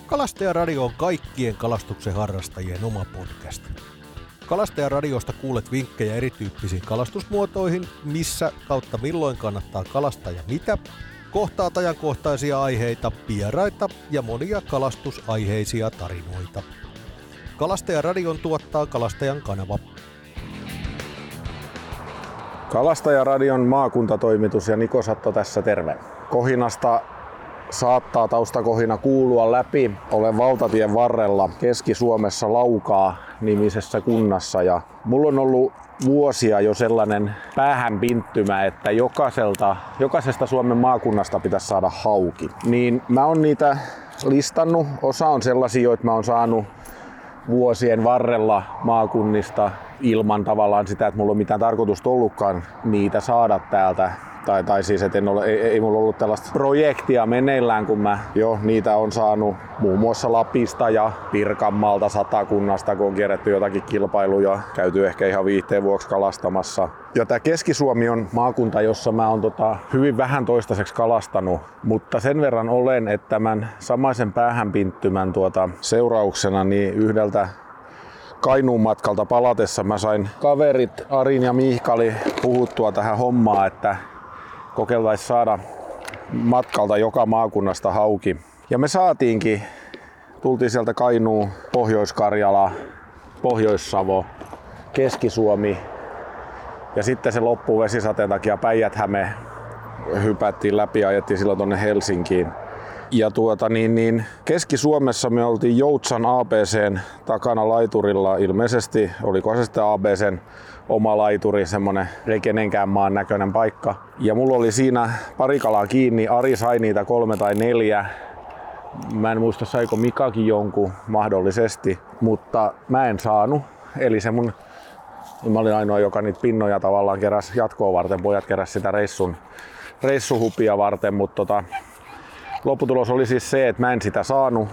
Kalastajaradio on kaikkien kalastuksen harrastajien oma podcast. Kalastajaradiosta kuulet vinkkejä erityyppisiin kalastusmuotoihin, missä kautta milloin kannattaa kalastaa ja mitä, kohtaat ajankohtaisia aiheita, vieraita ja monia kalastusaiheisia tarinoita. Kalastajaradion tuottaa Kalastajan kanava. Kalastajaradion maakuntatoimitus ja Niko Satto tässä terve. Kohinasta saattaa taustakohina kuulua läpi. Olen valtatien varrella Keski-Suomessa Laukaa-nimisessä kunnassa ja mulla on ollut vuosia jo sellainen päähänpinttymä, että jokaisesta Suomen maakunnasta pitäisi saada hauki. Niin mä oon niitä listannut. Osa on sellaisia, joita mä oon saanut vuosien varrella maakunnista ilman tavallaan sitä, että mulla on mitään tarkoitusta ollutkaan niitä saada täältä. Tai siis, että ei mulla ollut tällaista projektia meneillään, kun mä jo niitä on saanut muun muassa Lapista ja Pirkanmaalta, Satakunnasta, kun on kierretty jotakin kilpailuja, käyty ehkä ihan viihteen vuoksi kalastamassa. Ja tää Keski-Suomi on maakunta, jossa mä oon hyvin vähän toistaiseksi kalastanut, mutta sen verran olen, että tämän samaisen päähänpinttymän seurauksena niin yhdeltä Kainuun matkalta palatessa mä sain kaverit Arin ja Mihkali puhuttua tähän hommaan, että kokeiltaisiin saada matkalta joka maakunnasta hauki. Ja me saatiinkin. Tultiin sieltä Kainuu, Pohjois-Karjala, Pohjois-Savo, Keski-Suomi ja sitten se loppuu vesisateen takia Päijät-Häme. Hypättiin läpi ja ajettiin silloin tonne Helsinkiin. Ja Keski-Suomessa me oltiin Joutsan ABC:n takana laiturilla, ilmeisesti oliko se sitten ABC:n oma laituri, semmonen ei kenenkään maan näköinen paikka. Ja mulla oli siinä pari kalaa kiinni, Ari sai niitä 3 tai 4. Mä en muista saiko Mikakin jonkun mahdollisesti, mutta mä en saanut. Eli mä olin ainoa, joka niitä pinnoja tavallaan keräsi jatkoa varten, pojat keräsi sitä reissuhupia varten, mutta lopputulos oli siis se, että mä en sitä saanut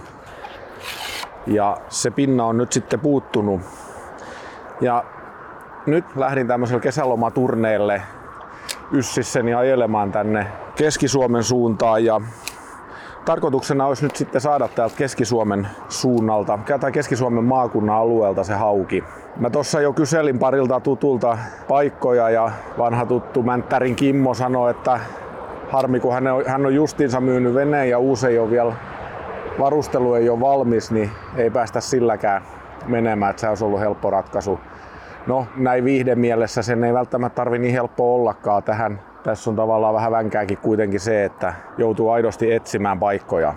ja se pinna on nyt sitten puuttunut. Ja nyt lähdin tämmöiselle kesälomaturneelle yssissäni ajelemaan tänne Keski-Suomen suuntaan ja tarkoituksena olisi nyt sitten saada täältä Keski-Suomen suunnalta tai Keski-Suomen maakunnan alueelta se hauki. Mä tossa jo kyselin parilta tutulta paikkoja ja vanha tuttu Mänttärin Kimmo sanoi, että harmi kun hän on justiinsa myynyt veneen ja uusi ei ole vielä, varustelu ei ole valmis, niin ei päästä silläkään menemään, että se olisi ollut helppo ratkaisu. No näin viihdemielessä sen ei välttämättä tarvi niin helppo ollakaan tähän. Tässä on tavallaan vähän vänkääkin kuitenkin se, että joutuu aidosti etsimään paikkoja.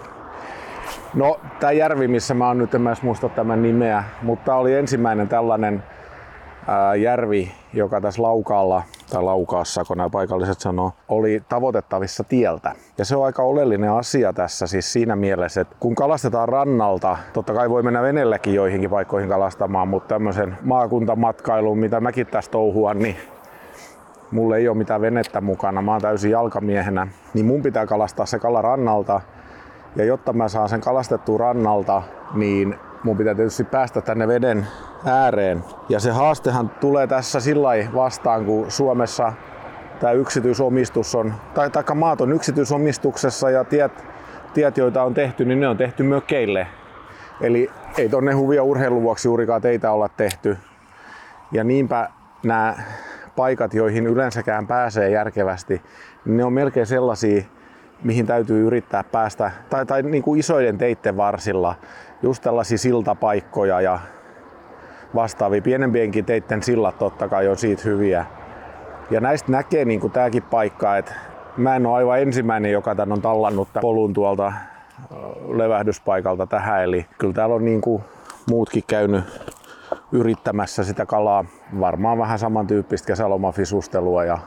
No tää järvi, missä mä oon nyt, en mä edes muista tämän nimeä, mutta oli ensimmäinen tällainen järvi, joka tässä Laukaalla, tai Laukaassa, kun nämä paikalliset sanoo, oli tavoitettavissa tieltä. Ja se on aika oleellinen asia tässä siis siinä mielessä, että kun kalastetaan rannalta, totta kai voi mennä veneelläkin joihinkin paikkoihin kalastamaan, mutta tämmöisen maakuntamatkailuun, mitä mäkin tässä touhuan, niin mulla ei ole mitään venettä mukana, mä oon täysin jalkamiehenä, niin mun pitää kalastaa se kala rannalta. Ja jotta mä saan sen kalastettua rannalta, niin mun pitää tietysti päästä tänne veden ääreen. Ja se haastehan tulee tässä sillai vastaan, kun Suomessa tämä yksityisomistus on, tai maat on yksityisomistuksessa ja tiet, joita on tehty, niin ne on tehty mökeille. Eli ei tonne huvi- ja urheilun vuoksi juurikaan teitä olla tehty. Ja niinpä nämä paikat, joihin yleensäkään pääsee järkevästi, niin ne on melkein sellaisia, mihin täytyy yrittää päästä, tai niin kuin isoiden teitten varsilla, just tällaisia siltapaikkoja ja vastaavia. Pienempienkin teitten sillat totta kai on siitä hyviä. Ja näistä näkee niin kuin tääkin paikka, että mä en ole aivan ensimmäinen, joka tän on tallannut polun tuolta levähdyspaikalta tähän. Eli kyllä täällä on niin kuin muutkin käynyt yrittämässä sitä kalaa. Varmaan vähän samantyyppistä kesälomafisustelua ja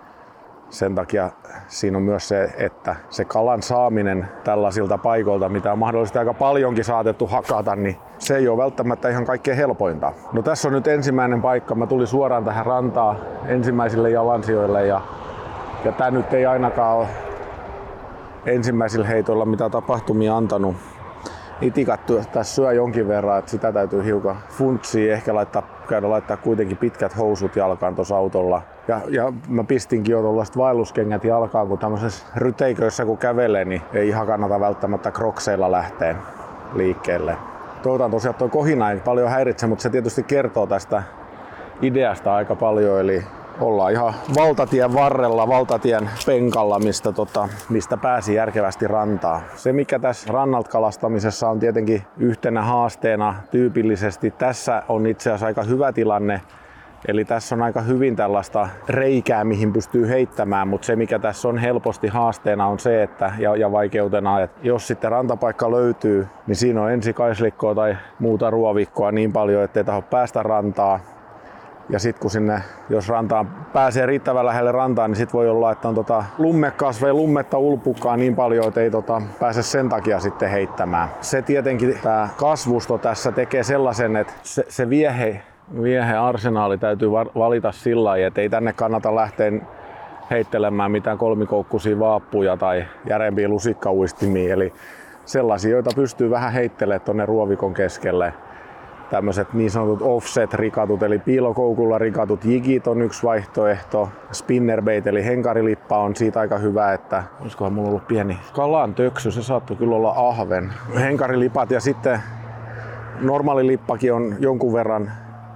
sen takia siinä on myös se, että se kalan saaminen tällaisilta paikoilta, mitä on mahdollisesti aika paljonkin saatettu hakata, niin se ei ole välttämättä ihan kaikkein helpointa. No tässä on nyt ensimmäinen paikka. Mä tulin suoraan tähän rantaan ensimmäisille jalansijoille ja tää nyt ei ainakaan ole ensimmäisillä heitoilla mitä tapahtumia antanut. Itikat tässä syö jonkin verran, että sitä täytyy hiukan funtsia, ehkä käydä laittaa kuitenkin pitkät housut jalkaan tuossa autolla. Ja mä pistinkin jo tuollaiset vaelluskengät jalkaan, kun tämmöisessä ryteiköissä kun kävelee, niin ei ihan kannata välttämättä krokseilla lähteä. liikkeelle. Toivotaan tosiaan, että tuo kohina ei paljon häiritse, mutta se tietysti kertoo tästä ideasta aika paljon. Eli ollaan ihan valtatien varrella, valtatien penkalla, mistä pääsi järkevästi rantaan. Se mikä tässä rannalta kalastamisessa on tietenkin yhtenä haasteena tyypillisesti, tässä on itse asiassa aika hyvä tilanne. Eli tässä on aika hyvin tällaista reikää, mihin pystyy heittämään, mutta se mikä tässä on helposti haasteena on se, ja vaikeutena, että jos sitten rantapaikka löytyy, niin siinä on ensin kaislikkoa tai muuta ruovikkoa niin paljon, ettei tahdo päästä rantaa. Ja sitten kun sinne, jos rantaan pääsee riittävän lähelle rantaan, niin sitten voi olla, että on lummekasveja, lummetta ulpukkaa niin paljon, että ei pääse sen takia sitten heittämään. Se tietenkin tämä kasvusto tässä tekee sellaisen, että se viehearsenaali täytyy valita sillä lailla, että ei tänne kannata lähteä heittelemään mitään kolmikoukkuisia vaappuja tai järempiä lusikkauistimia. Eli sellaisia, joita pystyy vähän heittelemään tuonne ruovikon keskelle. Tämmöiset niin sanotut offset-rikatut, eli piilokoukulla rikatut jigit on yksi vaihtoehto. Spinnerbait eli henkarilippa on siitä aika hyvä, että olisikohan mulla ollut pieni kalan töksy, se saattoi kyllä olla ahven. Henkarilipat ja sitten normaali lippakin on jonkun verran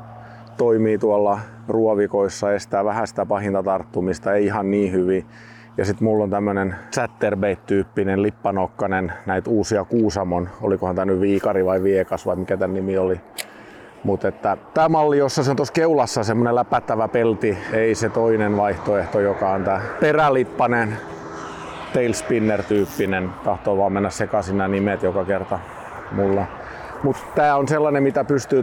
toimii tuolla ruovikoissa, estää vähän sitä pahinta tarttumista, ei ihan niin hyvin. Ja sitten mulla on tämmönen chatterbait-tyyppinen lippanokkanen, näitä uusia Kuusamon, olikohan tää nyt Viikari vai Viekas vai mikä tän nimi oli. Mutta tämä malli, jossa se on tuossa keulassa semmonen läpättävä pelti, ei se toinen vaihtoehto, joka on tää perälippanen, tailspinner-tyyppinen. Tahtoo vaan mennä sekaisin nämä nimet joka kerta mulla. Mutta tää on sellainen, mitä pystyy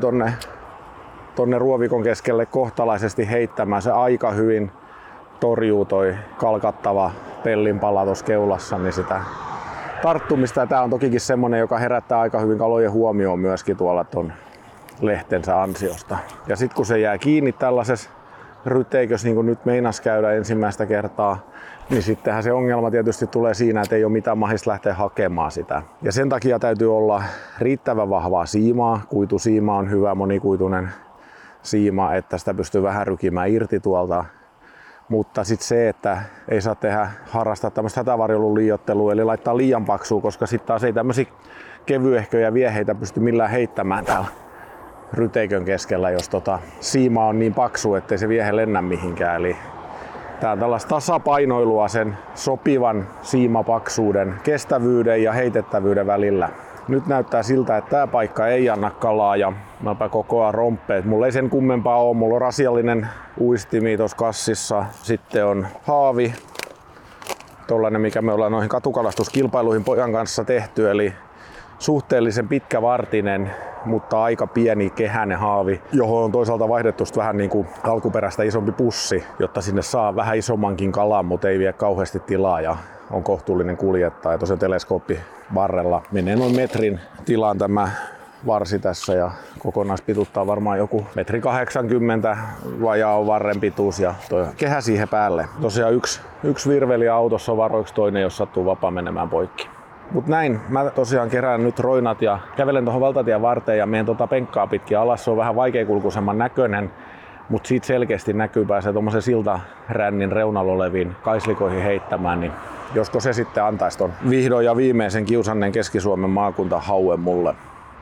tonne ruovikon keskelle kohtalaisesti heittämään. Se aika hyvin torjuu toi kalkattava pellinpala tuossa keulassa, niin sitä tarttumista. Ja tää on tokikin semmonen, joka herättää aika hyvin kalojen huomioon myöskin tuolla ton lehtensä ansiosta. Ja sit kun se jää kiinni tällaisessa ryteikössä, niin kuin nyt meinas käydä ensimmäistä kertaa, niin sittenhän se ongelma tietysti tulee siinä, että ei ole mitään mahdollista lähteä hakemaan sitä. Ja sen takia täytyy olla riittävän vahvaa siimaa. Kuitusiima on hyvä, monikuituinen siima, että sitä pystyy vähän rykimään irti tuolta. Mutta sitten se, että ei saa harrastaa tämmöistä hätävarjelun liioittelua, eli laittaa liian paksua, koska sitten taas ei tämmöisiä kevyehköjä vieheitä pysty millään heittämään täällä ryteikön keskellä, jos siima on niin paksu, ettei se viehe lennä mihinkään. Eli tää on tällaista tasapainoilua sen sopivan siimapaksuuden, kestävyyden ja heitettävyyden välillä. Nyt näyttää siltä, että tää paikka ei anna kalaa ja mäpä kokoan romppeet. Mulla ei sen kummempaa ole. Mulla on rasiallinen uistimi tuossa kassissa. Sitten on haavi. Tollainen, mikä me ollaan noihin katukalastuskilpailuihin pojan kanssa tehty. Eli suhteellisen pitkävartinen, mutta aika pieni kehäinen haavi, johon on toisaalta vaihdettu vähän niin kuin alkuperäistä isompi pussi, jotta sinne saa vähän isommankin kalan, mutta ei vie kauheasti tilaa ja on kohtuullinen kuljettaa. Ja tosiaan teleskooppivarrella menee noin metrin tilaan tämä varsi tässä ja kokonaispituutta varmaan joku 1,80 m vajaa on varren pituus ja toi kehä siihen päälle. Tosiaan yksi virveli autossa varoiksi, toinen jos sattuu vapaa menemään poikki. Mut näin, mä tosiaan kerään nyt roinat ja kävelen tuohon valtatien varteen ja menen penkkaa pitkin alas. Se on vähän vaikeakulkuisemman näköinen, mutta siitä selkeästi näkyy, pääsee tuommoisen siltarännin reunalla oleviin kaislikoihin heittämään, niin josko se sitten antaisi ton vihdoin ja viimeisen kiusanneen Keski-Suomen maakuntahauen mulle.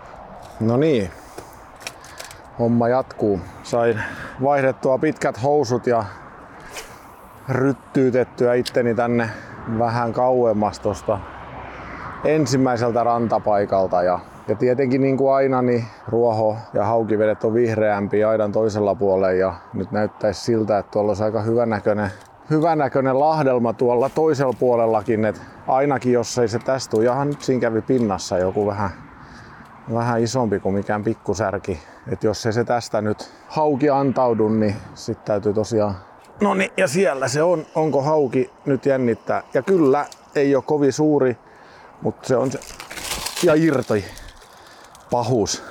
No niin, homma jatkuu. Sain vaihdettua pitkät housut ja ryttyytettyä itteni tänne vähän kauemmas tosta ensimmäiseltä rantapaikalta. Ja tietenkin niin kuin aina, niin ruoho- ja haukivedet on vihreämpiä aidan toisella puolella. Ja nyt näyttäisi siltä, että tuolla olisi aika hyvänäköinen lahdelma tuolla toisella puolellakin. Et ainakin jos ei se tästä tule, jahan nyt siinä kävi pinnassa joku vähän isompi kuin mikään pikkusärki. Et jos ei se tästä nyt hauki antaudu, niin sitten täytyy tosiaan... No niin, ja siellä se on. Onko hauki nyt jännittää? Ja kyllä, ei ole kovin suuri, mutta se on se... Ja irti. Pahuus.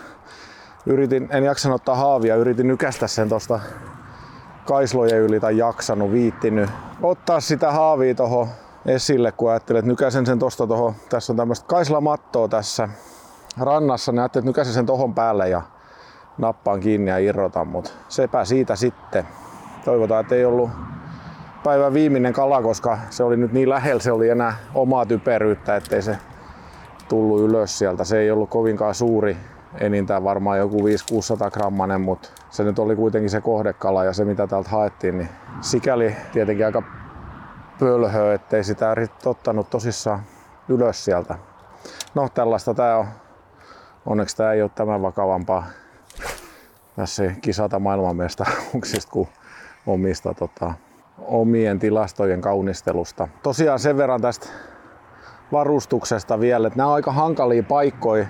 En jaksanut ottaa haavia, yritin nykästä sen tosta kaislojen yli tai jaksanut, viittinyt ottaa sitä haavia tohon esille, kun ajattelin, että nykäsen sen tosta tohon. Tässä on tämmöistä kaislamattoa tässä rannassa, niin ajattelin, että nykäsen sen tohon päälle ja nappaan kiinni ja irrotan, mutta sepä siitä sitten. Toivotaan, että ei ollut päivän viimeinen kala, koska se oli nyt niin lähellä, se oli enää omaa typeryyttä, ettei se tullut ylös sieltä. Se ei ollut kovinkaan suuri, enintään varmaan joku 500-600 grammanen, mutta se nyt oli kuitenkin se kohdekala ja se mitä täältä haettiin, niin sikäli tietenkin aika pölhöä, ettei sitä ottanut tosissaan ylös sieltä. No tällaista tää on. Onneksi tää ei ole tämän vakavampaa tässä ei kisata maailmanmestaruuksista kuin omista omien tilastojen kaunistelusta. Tosiaan sen verran tästä varustuksesta vielä, että nämä on aika hankalia paikkoja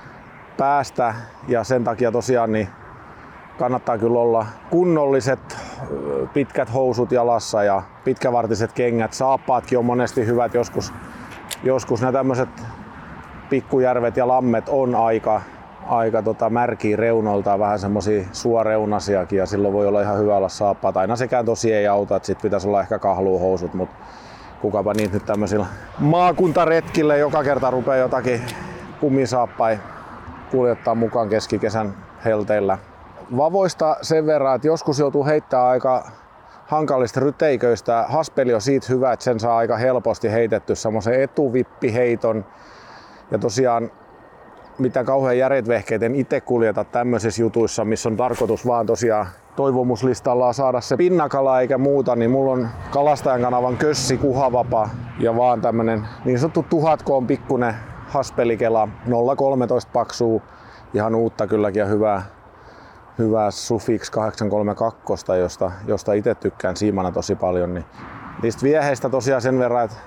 päästä ja sen takia tosiaan niin kannattaa kyllä olla kunnolliset pitkät housut jalassa ja pitkävartiset kengät. Saappaatkin on monesti hyvät, joskus nämä tämmöiset pikkujärvet ja lammet on aika märkiä reunoiltaan, vähän semmosia suoreunasiakin ja silloin voi olla ihan hyvä olla saappaat. Aina sekään tosi ei auta, että sit pitäisi olla ehkä kahluuhousut, mutta kukapa niitä nyt tämmöisillä maakuntaretkillä joka kerta rupeaa jotakin kumisaappai kuljettaa mukaan keskikesän helteillä. Vavoista sen verran, että joskus joutuu heittämään aika hankalista ryteiköistä. Haspeli on siitä hyvä, että sen saa aika helposti heitetty semmoisen etuvippiheiton. Ja tosiaan mitään kauhean järeät vehkeet en itse kuljeta tämmöisissä jutuissa, missä on tarkoitus vaan tosiaan toivomuslistalla saada se pinnakala eikä muuta, niin mulla on Kalastajan kanavan kössi kuhavapa ja vaan tämmönen niin sanottu 1000 koon pikkunen haspelikela 0,13 paksuu, ihan uutta kylläkin ja hyvää Sufix 832, josta itse tykkään siimana tosi paljon. Niin niistä vieheistä tosiaan sen verran, että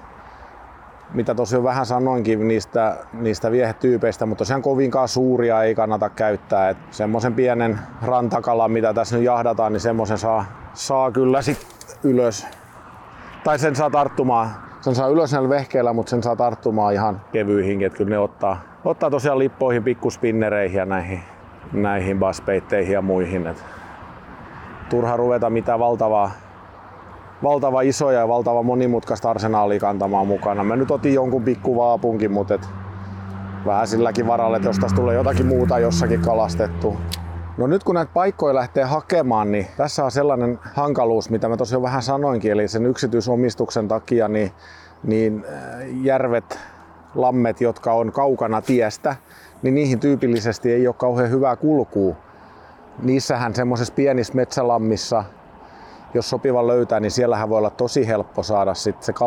mitä tosiaan vähän sanoinkin niistä viehetyypeistä, mutta tosiaan kovinkaan suuria ei kannata käyttää. Semmoisen pienen rantakalan, mitä tässä nyt jahdataan, niin semmoisen saa kyllä sit ylös. Tai sen saa tarttumaan. Sen saa ylös näillä vehkeillä, mutta sen saa tarttumaan ihan kevyihinkin. Että kyllä ne ottaa tosiaan lippoihin, pikkuspinnereihin ja näihin buzzbaitteihin ja muihin. Et turha ruveta mitään valtava isoja ja valtava monimutkaista arsenaalia kantamaan mukana. Mä nyt otin jonkun pikkuvaapunkin, mutta vähän silläkin varalla, että jos tässä tulee jotakin muuta jossakin kalastettu. No nyt kun näitä paikkoja lähtee hakemaan, niin tässä on sellainen hankaluus, mitä mä tosiaan vähän sanoinkin, eli sen yksityisomistuksen takia niin järvet, lammet, jotka on kaukana tiestä, niin niihin tyypillisesti ei ole kauhean hyvää kulkua. Niissähän semmoisessa pienissä metsälammissa, jos sopiva löytää, niin siellähän voi olla tosi helppo saada sit se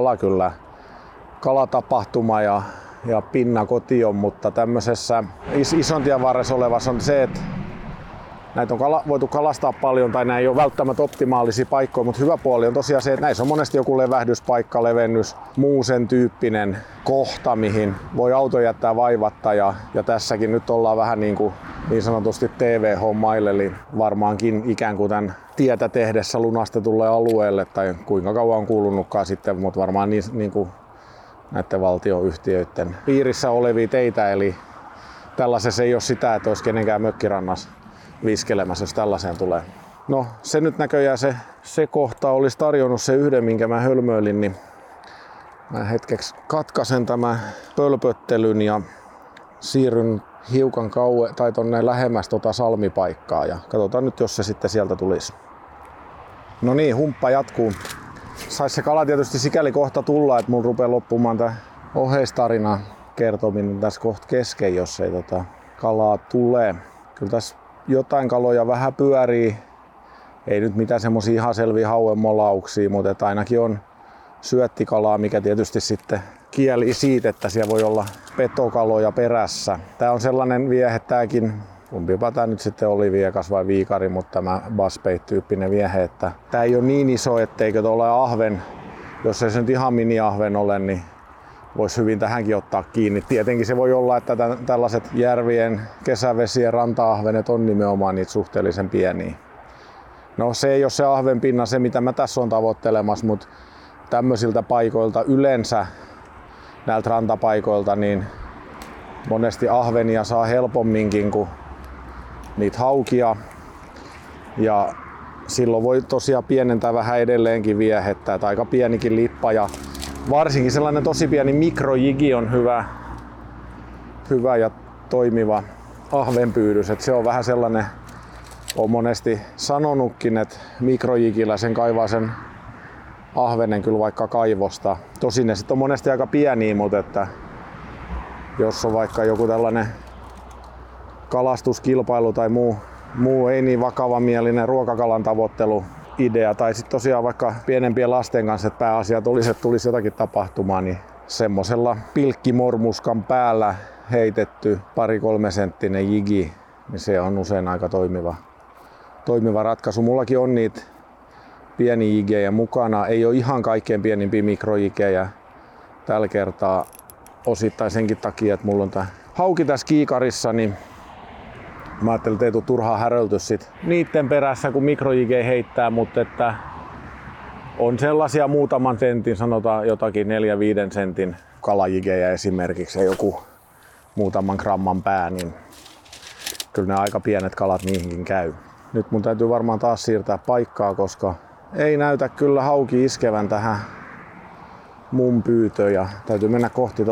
kalatapahtuma ja pinna kotiin, mutta tämmöisessä isontien varressa olevassa on se, että näitä on voitu kalastaa paljon tai nämä ei ole välttämättä optimaalisia paikkoja, mutta hyvä puoli on tosiaan se, että näissä on monesti joku levähdyspaikka, levennys, muu sen tyyppinen kohta, mihin voi auto jättää vaivatta ja tässäkin nyt ollaan vähän niin sanotusti TV-hommaille, eli varmaankin ikään kuin tämän tietä tehdessä lunastetulle alueelle tai kuinka kauan on kuulunutkaan sitten, mutta varmaan niin kuin näiden valtioyhtiöiden piirissä olevia teitä, eli tällaisessa ei ole sitä, että olisi kenenkään mökkirannassa viskelemässä, jos tällaiseen tulee. No se nyt näköjään se kohta olisi tarjonnut se yhden, minkä mä hölmöilin, niin mä hetkeksi katkaisen tämän pölpöttelyn ja siirryn hiukan tai tonne lähemmäs salmipaikkaa ja katsotaan nyt, jos se sitten sieltä tulisi. No niin, humppa jatkuu. Sais se kala tietysti sikäli kohta tulla, että mulla rupeaa loppumaan tää oheistarina kertominen tässä kohta kesken, jos ei kalaa tule. Kyllä tässä jotain kaloja vähän pyörii. Ei nyt mitään semmosia ihan selviä hauenmolauksia, mutta ainakin on syöttikalaa, mikä tietysti sitten kieli siitä, että siellä voi olla petokaloja perässä. Tää on sellainen viehe tääkin, kumpipa tää nyt sitten oli viekas vai viikari, mutta tämä buzzbait-tyyppinen viehe, että tää ei ole niin iso, etteikö ole ahven, jos ei se nyt ihan mini-ahven ole, niin voisi hyvin tähänkin ottaa kiinni. Tietenkin se voi olla, että tällaiset järvien, kesävesien ranta-ahvenet on nimenomaan niitä suhteellisen pieniä. No se ei ole se ahvenpinna se, mitä mä tässä on tavoittelemassa, mutta tämmöisiltä paikoilta yleensä, näiltä rantapaikoilta, niin monesti ahvenia saa helpomminkin kuin niitä haukia. Ja silloin voi tosiaan pienentää vähän edelleenkin viehettä, että aika pienikin lippa ja varsinkin sellainen tosi pieni mikrojigi on hyvä ja toimiva ahvenpyydys. Että se on vähän sellainen, olen monesti sanonutkin, että mikrojigillä sen kaivaa sen ahvenen kyllä vaikka kaivosta. Tosin ne sitten on monesti aika pieniä, mutta että jos on vaikka joku tällainen kalastuskilpailu tai muu ei niin vakavamielinen ruokakalan tavoittelu idea, tai sitten tosiaan vaikka pienempien lasten kanssa, että pääasiat olisi, että tulisi jotakin tapahtumaa, niin semmosella pilkkimormuskan päällä heitetty 2-3 senttinen jigi, niin se on usein aika toimiva ratkaisu. Mullakin on niitä pieni jigejä mukana, ei ole ihan kaikkein pienimpiä mikrojigejä tällä kertaa osittain senkin takia, että mulla on tää hauki tässä kiikarissa, niin mä ajattelin, että ei tule turhaa härölty sit niitten perässä, kun mikrojigejä heittää, mutta että on sellaisia muutaman sentin, sanotaan jotakin 4-5 sentin kalajigejä esimerkiksi ja joku muutaman gramman pää, niin kyllä ne aika pienet kalat niihinkin käy. Nyt mun täytyy varmaan taas siirtää paikkaa, koska ei näytä kyllä hauki iskevän tähän mun pyytöön ja täytyy mennä kohti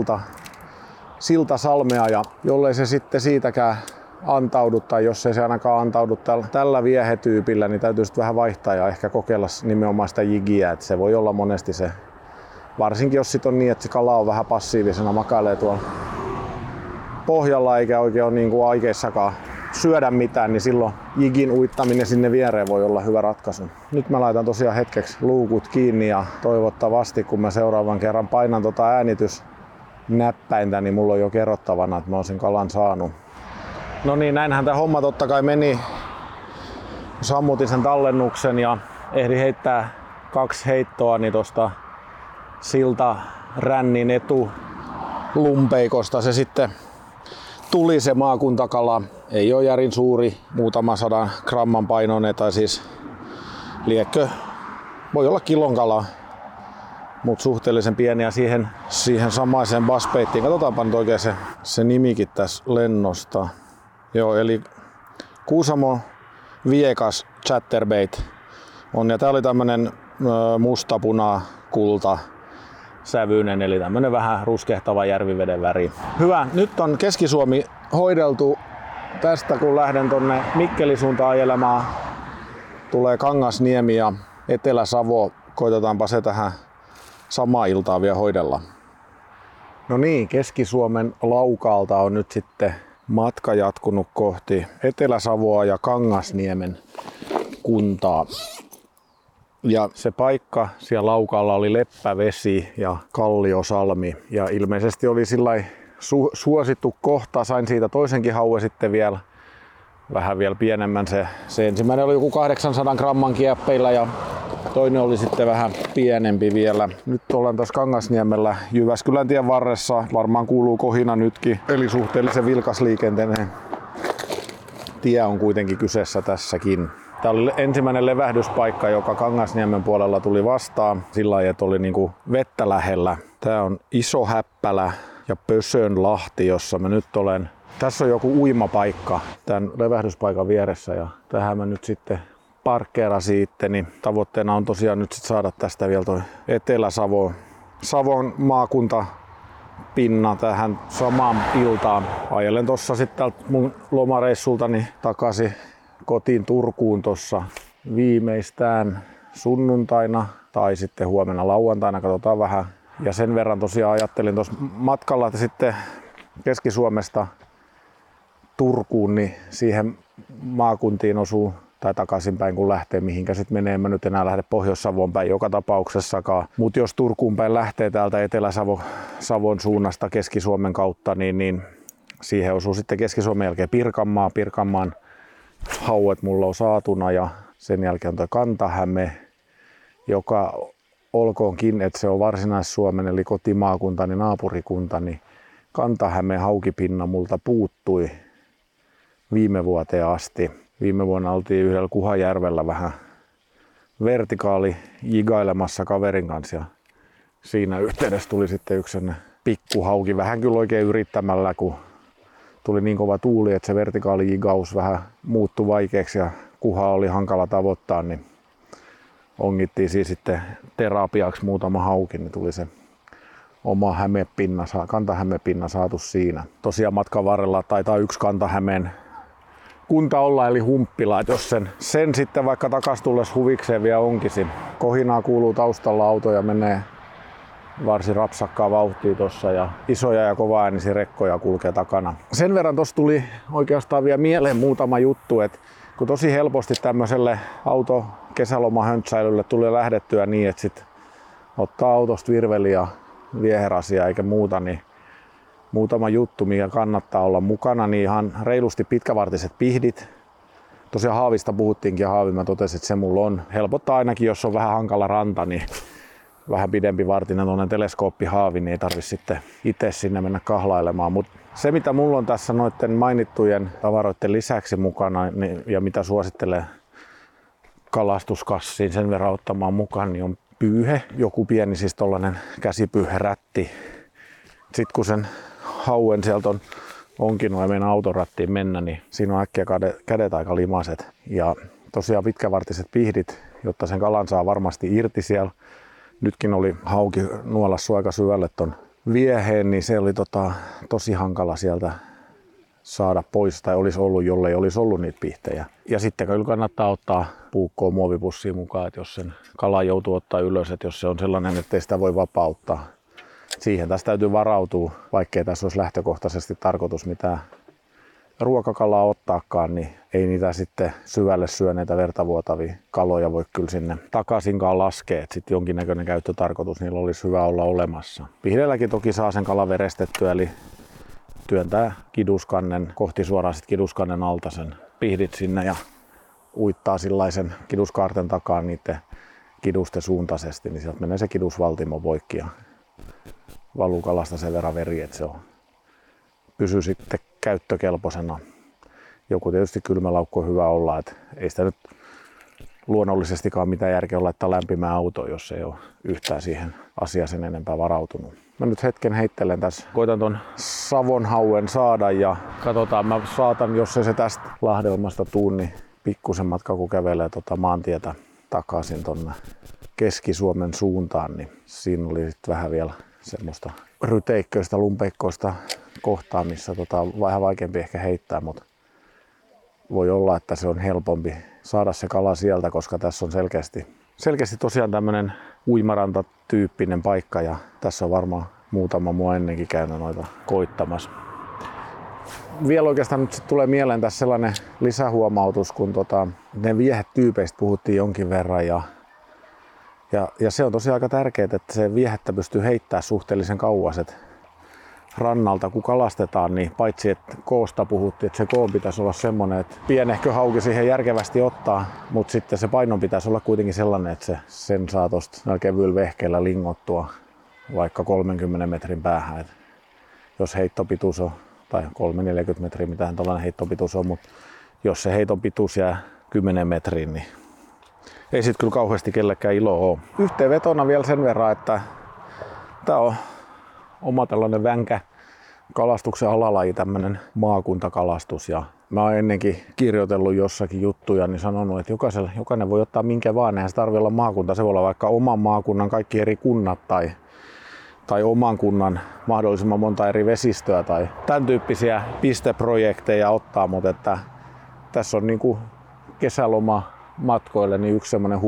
siltasalmea ja jollei se sitten siitäkään antaudu tai jos ei se ainakaan antaudu tällä viehetyypillä, niin täytyy sitten vähän vaihtaa ja ehkä kokeilla nimenomaan sitä jigiä, että se voi olla monesti se, varsinkin jos sit on niin, että se kala on vähän passiivisena, makailee tuolla pohjalla eikä oikein ole niin kuin aikeissakaan syödä mitään, niin silloin jigin uittaminen sinne viereen voi olla hyvä ratkaisu. Nyt mä laitan tosiaan hetkeksi luukut kiinni ja toivottavasti kun mä seuraavan kerran painan äänitysnäppäintä, niin mulla on jo kerrottavana, että mä oon sen kalan saanut. No niin, näinhän tää homma totta kai meni. Sammutin sen tallennuksen ja ehdin heittää 2 heittoa niin tosta siltarännin etulumpeikosta. Se sitten tuli se maakuntakala. Ei ole järin suuri, muutama 100 gramman painoinen tai siis liekkö. Voi olla kilon kala, mutta suhteellisen pieni ja siihen samaiseen buzzbaittiin. Katsotaanpa nyt oikein se nimikin tässä lennosta. Joo, eli Kuusamo viekas chatterbait on ja tää oli tämmönen mustapuna kulta sävyinen, eli tämmönen vähän ruskehtava järviveden väri. Hyvä, nyt on Keski-Suomi hoideltu. Tästä kun lähden tonne Mikkelin suuntaan ajelemaan, tulee Kangasniemi ja Etelä-Savo. Koitetaanpa se tähän samaa iltaa vielä hoidella. No niin, Keski-Suomen Laukaalta on nyt sitten matka jatkunut kohti Etelä-Savoa ja Kangasniemen kuntaa. Ja se paikka siellä Laukaalla oli Leppävesi ja Kalliosalmi ja ilmeisesti oli sillai suosittu kohta. Sain siitä toisenkin hauen sitten vielä vähän vielä pienemmän. Se ensimmäinen oli joku 800 gramman kieppeillä ja toinen oli sitten vähän pienempi vielä. Nyt ollaan tässä Kangasniemellä Jyväskylän tien varressa. Varmaan kuuluu kohina nytkin. Eli suhteellisen vilkasliikenteinen tie on kuitenkin kyseessä tässäkin. Tämä oli ensimmäinen levähdyspaikka, joka Kangasniemen puolella tuli vastaan. Sillä lailla, että oli niinku vettä lähellä. Tämä on Iso Häppälä ja Pösönlahti, jossa mä nyt olen. Tässä on joku uimapaikka tämän levähdyspaikan vieressä ja tähän mä nyt sitten parkkeerasin itteni. Tavoitteena on tosiaan nyt sit saada tästä vielä toi Etelä-Savon maakuntapinna tähän samaan iltaan. Ajelen tossa sitten mun lomareissultani takaisin kotiin Turkuun tossa viimeistään sunnuntaina tai sitten huomenna lauantaina, katsotaan vähän. Ja sen verran tosiaan ajattelin tuossa matkalla, että sitten Keski-Suomesta Turkuun, niin siihen maakuntiin osuu tai takaisinpäin kun lähtee, mihinkä sitten menee. Mä nyt enää lähde Pohjois-Savoon päin joka tapauksessakaan. Mutta jos Turkuun päin lähtee täältä Etelä-Savon suunnasta Keski-Suomen kautta, niin siihen osuu sitten Keski-Suomen jälkeen Pirkanmaan hauet mulla on saatuna ja sen jälkeen on toi Kanta-Häme, joka olkoonkin, että se on Varsinais-Suomen eli kotimaakuntani, naapurikunta, niin Kanta-Hämeen haukipinna multa puuttui viime vuoteen asti. Viime vuonna oltiin yhdellä Kuhajärvellä vähän vertikaali jigailemassa kaverin kanssa ja siinä yhteydessä tuli sitten yksi pikkuhauki, vähän kyllä oikein yrittämällä, kun tuli niin kova tuuli, että se vertikaali jigaus vähän muuttui vaikeaksi ja kuha oli hankala tavoittaa, niin ongittiin siis sitten terapiaksi muutama hauki, niin tuli se oma Kanta-Hämepinna saatu siinä. Tosiaan matkan varrella taitaa yksi Kanta-Hämeen kunta olla, eli Humppila, että jos sen sitten vaikka takas tulles huvikseen vielä onkisin. Kohinaa kuuluu taustalla, autoja varsin rapsakkaa vauhtia tuossa ja isoja ja kovaäänisiä rekkoja kulkee takana. Sen verran tuossa tuli oikeastaan vielä mieleen muutama juttu, että kun tosi helposti tämmöiselle kesälomahönttsäilylle tulee lähdettyä niin, että sit ottaa autosta virveli ja vieherasia eikä muuta, niin muutama juttu, mikä kannattaa olla mukana, niin ihan reilusti pitkävartiset pihdit. Tosiaan haavista puhuttiinkin ja haavi mä totesin, että se mulla on. Helpottaa ainakin, jos on vähän hankala ranta, niin vähän pidempi vartinen tuollainen teleskooppihaavi, niin ei tarvi sitten itse sinne mennä kahlailemaan. Mut se mitä mulla on tässä noiden mainittujen tavaroiden lisäksi mukana niin, ja mitä suosittelen kalastuskassiin sen verran ottamaan mukaan, niin on pyyhe, joku pieni siis tollainen käsipyyherätti. Sitten kun sen hauen sieltä on onkinut ja mennä autorattiin mennä, niin siinä on äkkiä kädet aika limaset. Ja tosiaan pitkävartiset pihdit, jotta sen kalan saa varmasti irti siellä. Nytkin oli hauki nuolassu aika syvälle ton vieheen, niin se oli tosi hankala sieltä saada pois, tai olisi ollut, jollei olisi ollut niitä pihtejä. Ja sitten kyllä kannattaa ottaa puukkoa muovipussiin mukaan, että jos sen kala joutuu ottaa ylös, että jos se on sellainen, ettei sitä voi vapauttaa. Siihen tässä täytyy varautua, vaikkei tässä olisi lähtökohtaisesti tarkoitus mitään ruokakalaa ottaakaan, niin ei niitä sitten syvälle syöneitä vertavuotavia kaloja voi kyllä sinne takaisinkaan laskea. Sitten jonkinnäköinen käyttötarkoitus niillä olisi hyvä olla olemassa. Pihdelläkin toki saa sen kalan verestettyä, eli työntää kiduskannen kohti suoraan sit kiduskannen alta sen pihdit sinne ja uittaa sillaisen kiduskaarten takaa niiden kidusten suuntaisesti, niin sieltä menee se kidusvaltimo poikki ja valuu kalasta sen verran veri, että se pysyy sitten käyttökelpoisena. Joku tietysti kylmälaukku on hyvä olla, että ei sitä nyt luonnollisestikaan mitään järkeä laittaa lämpimään autoon, jos ei ole yhtään siihen asiaan sen enempää varautunut. Mä nyt hetken heittelen tässä. Koitan ton savonhauen saada ja katsotaan, mä saatan, jos ei se tästä Lahdelmasta tuu, niin pikkusen matka kun kävelee maantietä takaisin tonne Keski-Suomen suuntaan, niin siinä oli sitten vähän vielä semmoista ryteikköistä, lumpeikkoista kohtaa, missä vähän vaikeampi ehkä heittää, mutta voi olla, että se on helpompi saada se kala sieltä, koska tässä on selkeästi tosiaan tämmöinen uimaranta-tyyppinen paikka ja tässä on varmaan muutama mua ennenkin käynyt noita koittamassa. Vielä oikeastaan nyt tulee mieleen tässä sellainen lisähuomautus, kun ne viehetyypeistä puhuttiin jonkin verran ja se on tosiaan aika tärkeää, että se viehettä pystyy heittämään suhteellisen kauas. Et rannalta kun kalastetaan, niin paitsi että koosta puhuttiin, että se koon pitäisi olla semmoinen, että pienehkö hauki siihen järkevästi ottaa, mutta sitten se painon pitäisi olla kuitenkin sellainen, että sen saa tuosta kevyillä vehkeillä lingottua vaikka 30 metrin päähän. Et jos heittopituus on, tai 3-40 metriä, mitähän tällainen heittopituus on, mutta jos se heiton pituus jää 10 metriin, niin ei sit kyllä kauheasti kellekään ilo ole. Yhteenvetona vielä sen verran, että tää on oma tällainen vänkä kalastuksen alalaji, tämmönen maakuntakalastus. Ja mä oon ennenkin kirjoitellut jossakin juttuja, niin sanonut, että jokainen voi ottaa minkä vaan, eihän se tarvitse olla maakunta. Se voi olla vaikka oman maakunnan kaikki eri kunnat tai oman kunnan mahdollisimman monta eri vesistöä tai tämän tyyppisiä pisteprojekteja ottaa, mutta että tässä on niinku kesälomamatkoille niin yksi semmoinen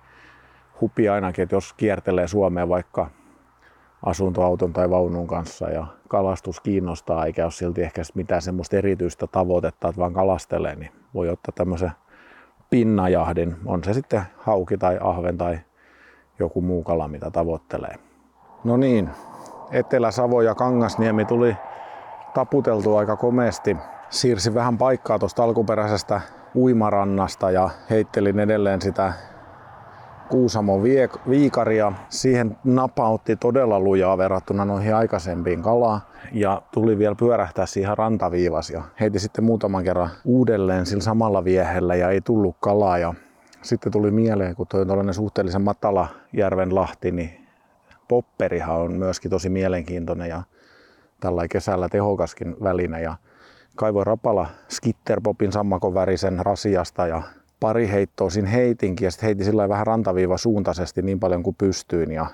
hupi ainakin, että jos kiertelee Suomea vaikka asuntoauton tai vaunun kanssa ja kalastus kiinnostaa eikä ole silti ehkä mitään semmoista erityistä tavoitetta, että vaan kalastelee, niin voi ottaa tämmöisen pinnajahdin. On se sitten hauki tai ahven tai joku muu kala, mitä tavoittelee. No niin, Etelä-Savo ja Kangasniemi tuli taputeltua aika komeasti. Siirsin vähän paikkaa tuosta alkuperäisestä uimarannasta ja heittelin edelleen sitä Kuusamon viikaria. Siihen napautti todella lujaa verrattuna noihin aikaisempiin kalaa ja tuli vielä pyörähtää siihen rantaviivas ja heitin sitten muutaman kerran uudelleen sillä samalla viehellä ja ei tullut kalaa. Ja sitten tuli mieleen, kun toi on tällainen suhteellisen matala järven lahti, niin popperihan on myöskin tosi mielenkiintoinen ja tällä kesällä tehokaskin väline. Ja kaivoin rapala skitterpopin sammakon värisen rasiasta ja pari heittoa siinä heitinkin ja sitten heitin sillä vähän rantaviiva suuntaisesti niin paljon kuin pystyin ja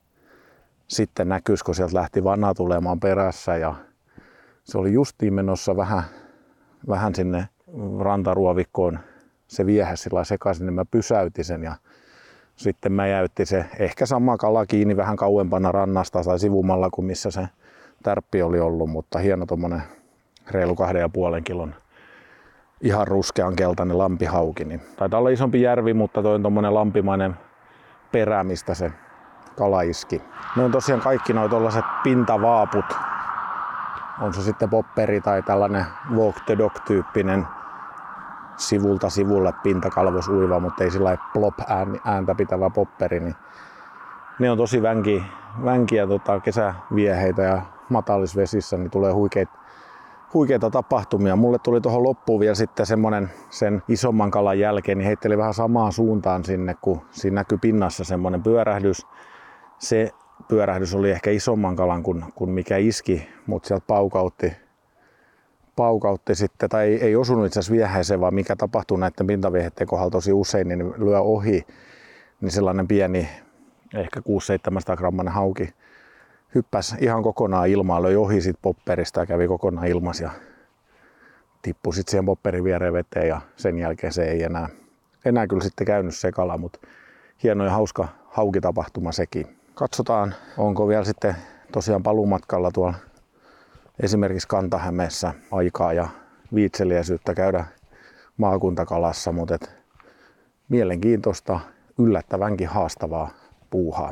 sitten näkyisi, kun sieltä lähti vana tulemaan perässä ja se oli justiin menossa vähän sinne rantaruovikkoon se viehe sillä sekaisin, niin mä pysäytin sen ja sitten mäjäytti se ehkä sama kala kiinni vähän kauempana rannasta tai sivumalla kuin missä se tärppi oli ollut, mutta hieno tommonen reilu 2,5 kilon ihan ruskean keltainen lampihauki. Niin taitaa olla isompi järvi, mutta toi on tommonen lampimainen perä, mistä se kala iski. Ne on tosiaan kaikki noi tollaset pintavaaput. On se sitten popperi tai tällainen walk the dog -tyyppinen sivulta sivulle pintakalvos uiva, mutta ei sillä plop ääntä pitävä popperi. Niin ne on tosi vänkiä kesävieheitä ja matalisvesissä, niin tulee huikeita tapahtumia. Mulle tuli tuohon loppuun vielä sitten semmonen sen isomman kalan jälkeen, niin heitteli vähän samaan suuntaan sinne, kun siinä näkyi pinnassa semmonen pyörähdys. Se pyörähdys oli ehkä isomman kalan kuin mikä iski, mutta sieltä paukautti sitten, tai ei osunut itse asiassa vieheeseen, vaan mikä tapahtuu näiden pintavieheiden kohdalla tosi usein, niin lyö ohi, niin sellainen pieni, ehkä 600-700 grammanen hauki hyppäsi ihan kokonaan ilmaan, löi ohi sit popperista ja kävi kokonaan ilmas ja tippui sitten siihen popperin viereen veteen ja sen jälkeen se ei enää kyllä sitten käynyt se kala, mutta hieno ja hauska haukitapahtuma sekin. Katsotaan, onko vielä sitten tosiaan paluumatkalla tuolla esimerkiksi Kanta-Hämeessä aikaa ja viitseliäisyyttä käydä maakuntakalassa, mutta mielenkiintoista, yllättävänkin haastavaa puuhaa.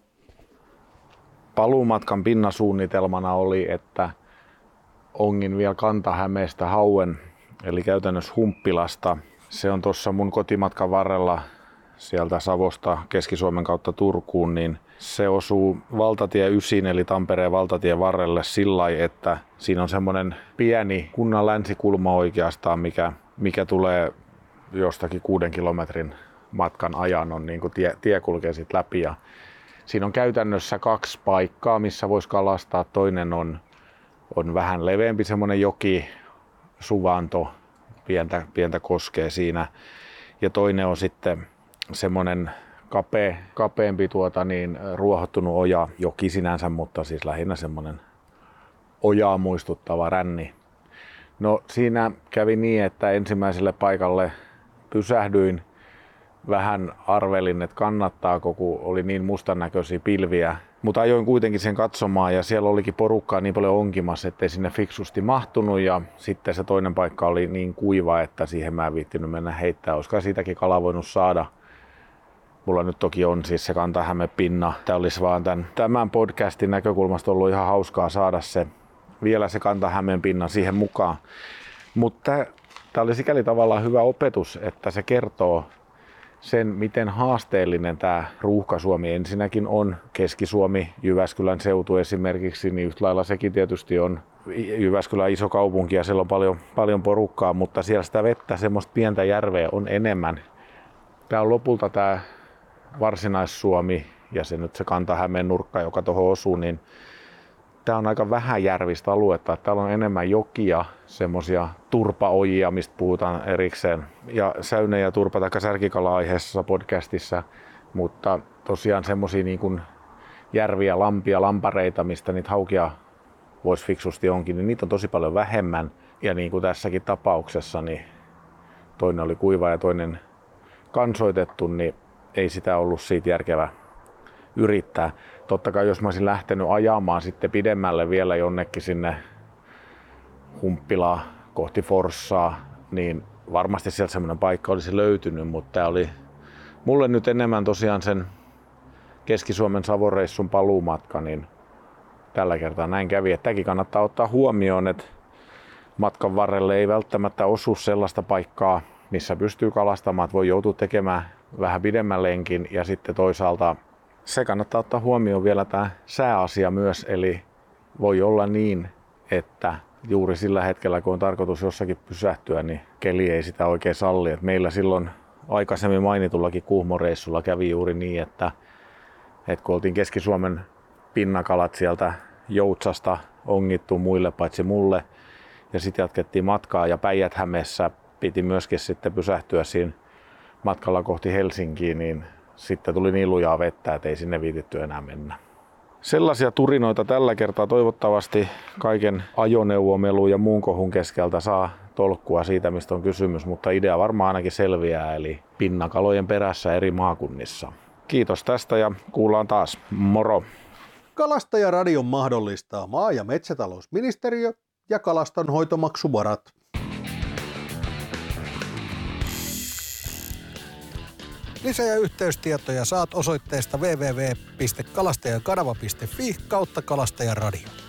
Paluumatkan pinnasuunnitelmana oli, että ongin vielä Kanta-Hämeestä hauen, eli käytännössä Humppilasta. Se on tuossa mun kotimatkan varrella sieltä Savosta Keski-Suomen kautta Turkuun, niin se osuu valtatie 9 eli Tampereen valtatien varrelle sillä lailla, että siinä on semmoinen pieni kunnan länsikulma oikeastaan, mikä tulee jostakin 6 kilometrin matkan ajan, on niin kuin tie kulkee sit läpi. Ja siinä on käytännössä 2 paikkaa, missä voisi kalastaa. Toinen on vähän leveämpi semmoinen joki, suvanto, pientä koskee siinä. Ja toinen on sitten semmoinen kapeampi ruohottunut oja, joki sinänsä, mutta siis lähinnä semmoinen ojaa muistuttava ränni. No siinä kävi niin, että ensimmäiselle paikalle pysähdyin. Vähän arvelin, että kannattaako, kun oli niin mustannäköisiä pilviä. Mutta ajoin kuitenkin sen katsomaan ja siellä olikin porukkaa niin paljon onkimassa, ettei sinne fiksusti mahtunut. Ja sitten se toinen paikka oli niin kuiva, että siihen mä en viittinyt mennä heittää. Olisiko siitäkin kala voinut saada. Mulla nyt toki on siis se Kanta-Häme-pinna. Tämä olisi vaan tämän podcastin näkökulmasta ollut ihan hauskaa saada vielä se Kanta-Hämeen pinna siihen mukaan. Mutta tämä oli sikäli tavallaan hyvä opetus, että se kertoo sen, miten haasteellinen tämä Ruuhka-Suomi ensinnäkin on. Keski-Suomi, Jyväskylän seutu esimerkiksi, niin yhtä lailla sekin tietysti on Jyväskylän iso kaupunki ja siellä on paljon porukkaa, mutta siellä sitä vettä, semmoista pientä järveä on enemmän. Tämä on lopulta tämä Varsinais-Suomi ja se Kanta-Hämeen nurkka, joka tuohon osuu, niin tämä on aika vähän järvistä aluetta. Täällä on enemmän jokia, semmoisia turpaojia, mistä puhutaan erikseen. Ja säynä- ja turpa- tai särkikala-aiheessa podcastissa. Mutta tosiaan semmoisia niin kuin järviä, lampia, lampareita, mistä niitä haukia voisi fiksusti onkin, niin niitä on tosi paljon vähemmän. Ja niin kuin tässäkin tapauksessa, niin toinen oli kuiva ja toinen kansoitettu, niin ei sitä ollut siitä järkevä yrittää. Totta kai jos mä olisin lähtenyt ajamaan sitten pidemmälle vielä jonnekin sinne Humppilaan kohti Forssaa, niin varmasti sieltä semmoinen paikka olisi löytynyt, mutta tämä oli mulle nyt enemmän tosiaan sen Keski-Suomen Savon-reissun paluumatka, niin tällä kertaa näin kävi. Että tämäkin kannattaa ottaa huomioon, että matkan varrelle ei välttämättä osu sellaista paikkaa, missä pystyy kalastamaan, että voi joutua tekemään vähän pidemmän lenkin ja sitten toisaalta se kannattaa ottaa huomioon vielä tämä sääasia myös, eli voi olla niin, että juuri sillä hetkellä, kun on tarkoitus jossakin pysähtyä, niin keli ei sitä oikein salli. Et meillä silloin aikaisemmin mainitullakin Kuhmoreissulla kävi juuri niin, että kun oltiin Keski-Suomen pinnakalat sieltä Joutsasta ongittu muille paitsi mulle, ja sitten jatkettiin matkaa, ja Päijät-Hämeessä piti myöskin sitten pysähtyä siinä matkalla kohti Helsinkiä, niin sitten tuli niin lujaa vettä, että ei sinne viititty enää mennä. Sellaisia turinoita tällä kertaa toivottavasti kaiken ajoneuvomelun ja muun kohun keskeltä saa tolkkua siitä, mistä on kysymys, mutta idea varmaan ainakin selviää, eli pinnakalojen perässä eri maakunnissa. Kiitos tästä ja kuullaan taas. Moro! Kalastajaradion mahdollistaa maa- ja metsätalousministeriö ja kalastonhoitomaksuvarat. Lisä- ja yhteystietoja saat osoitteesta www.kalastajakanava.fi/kalastajaradio.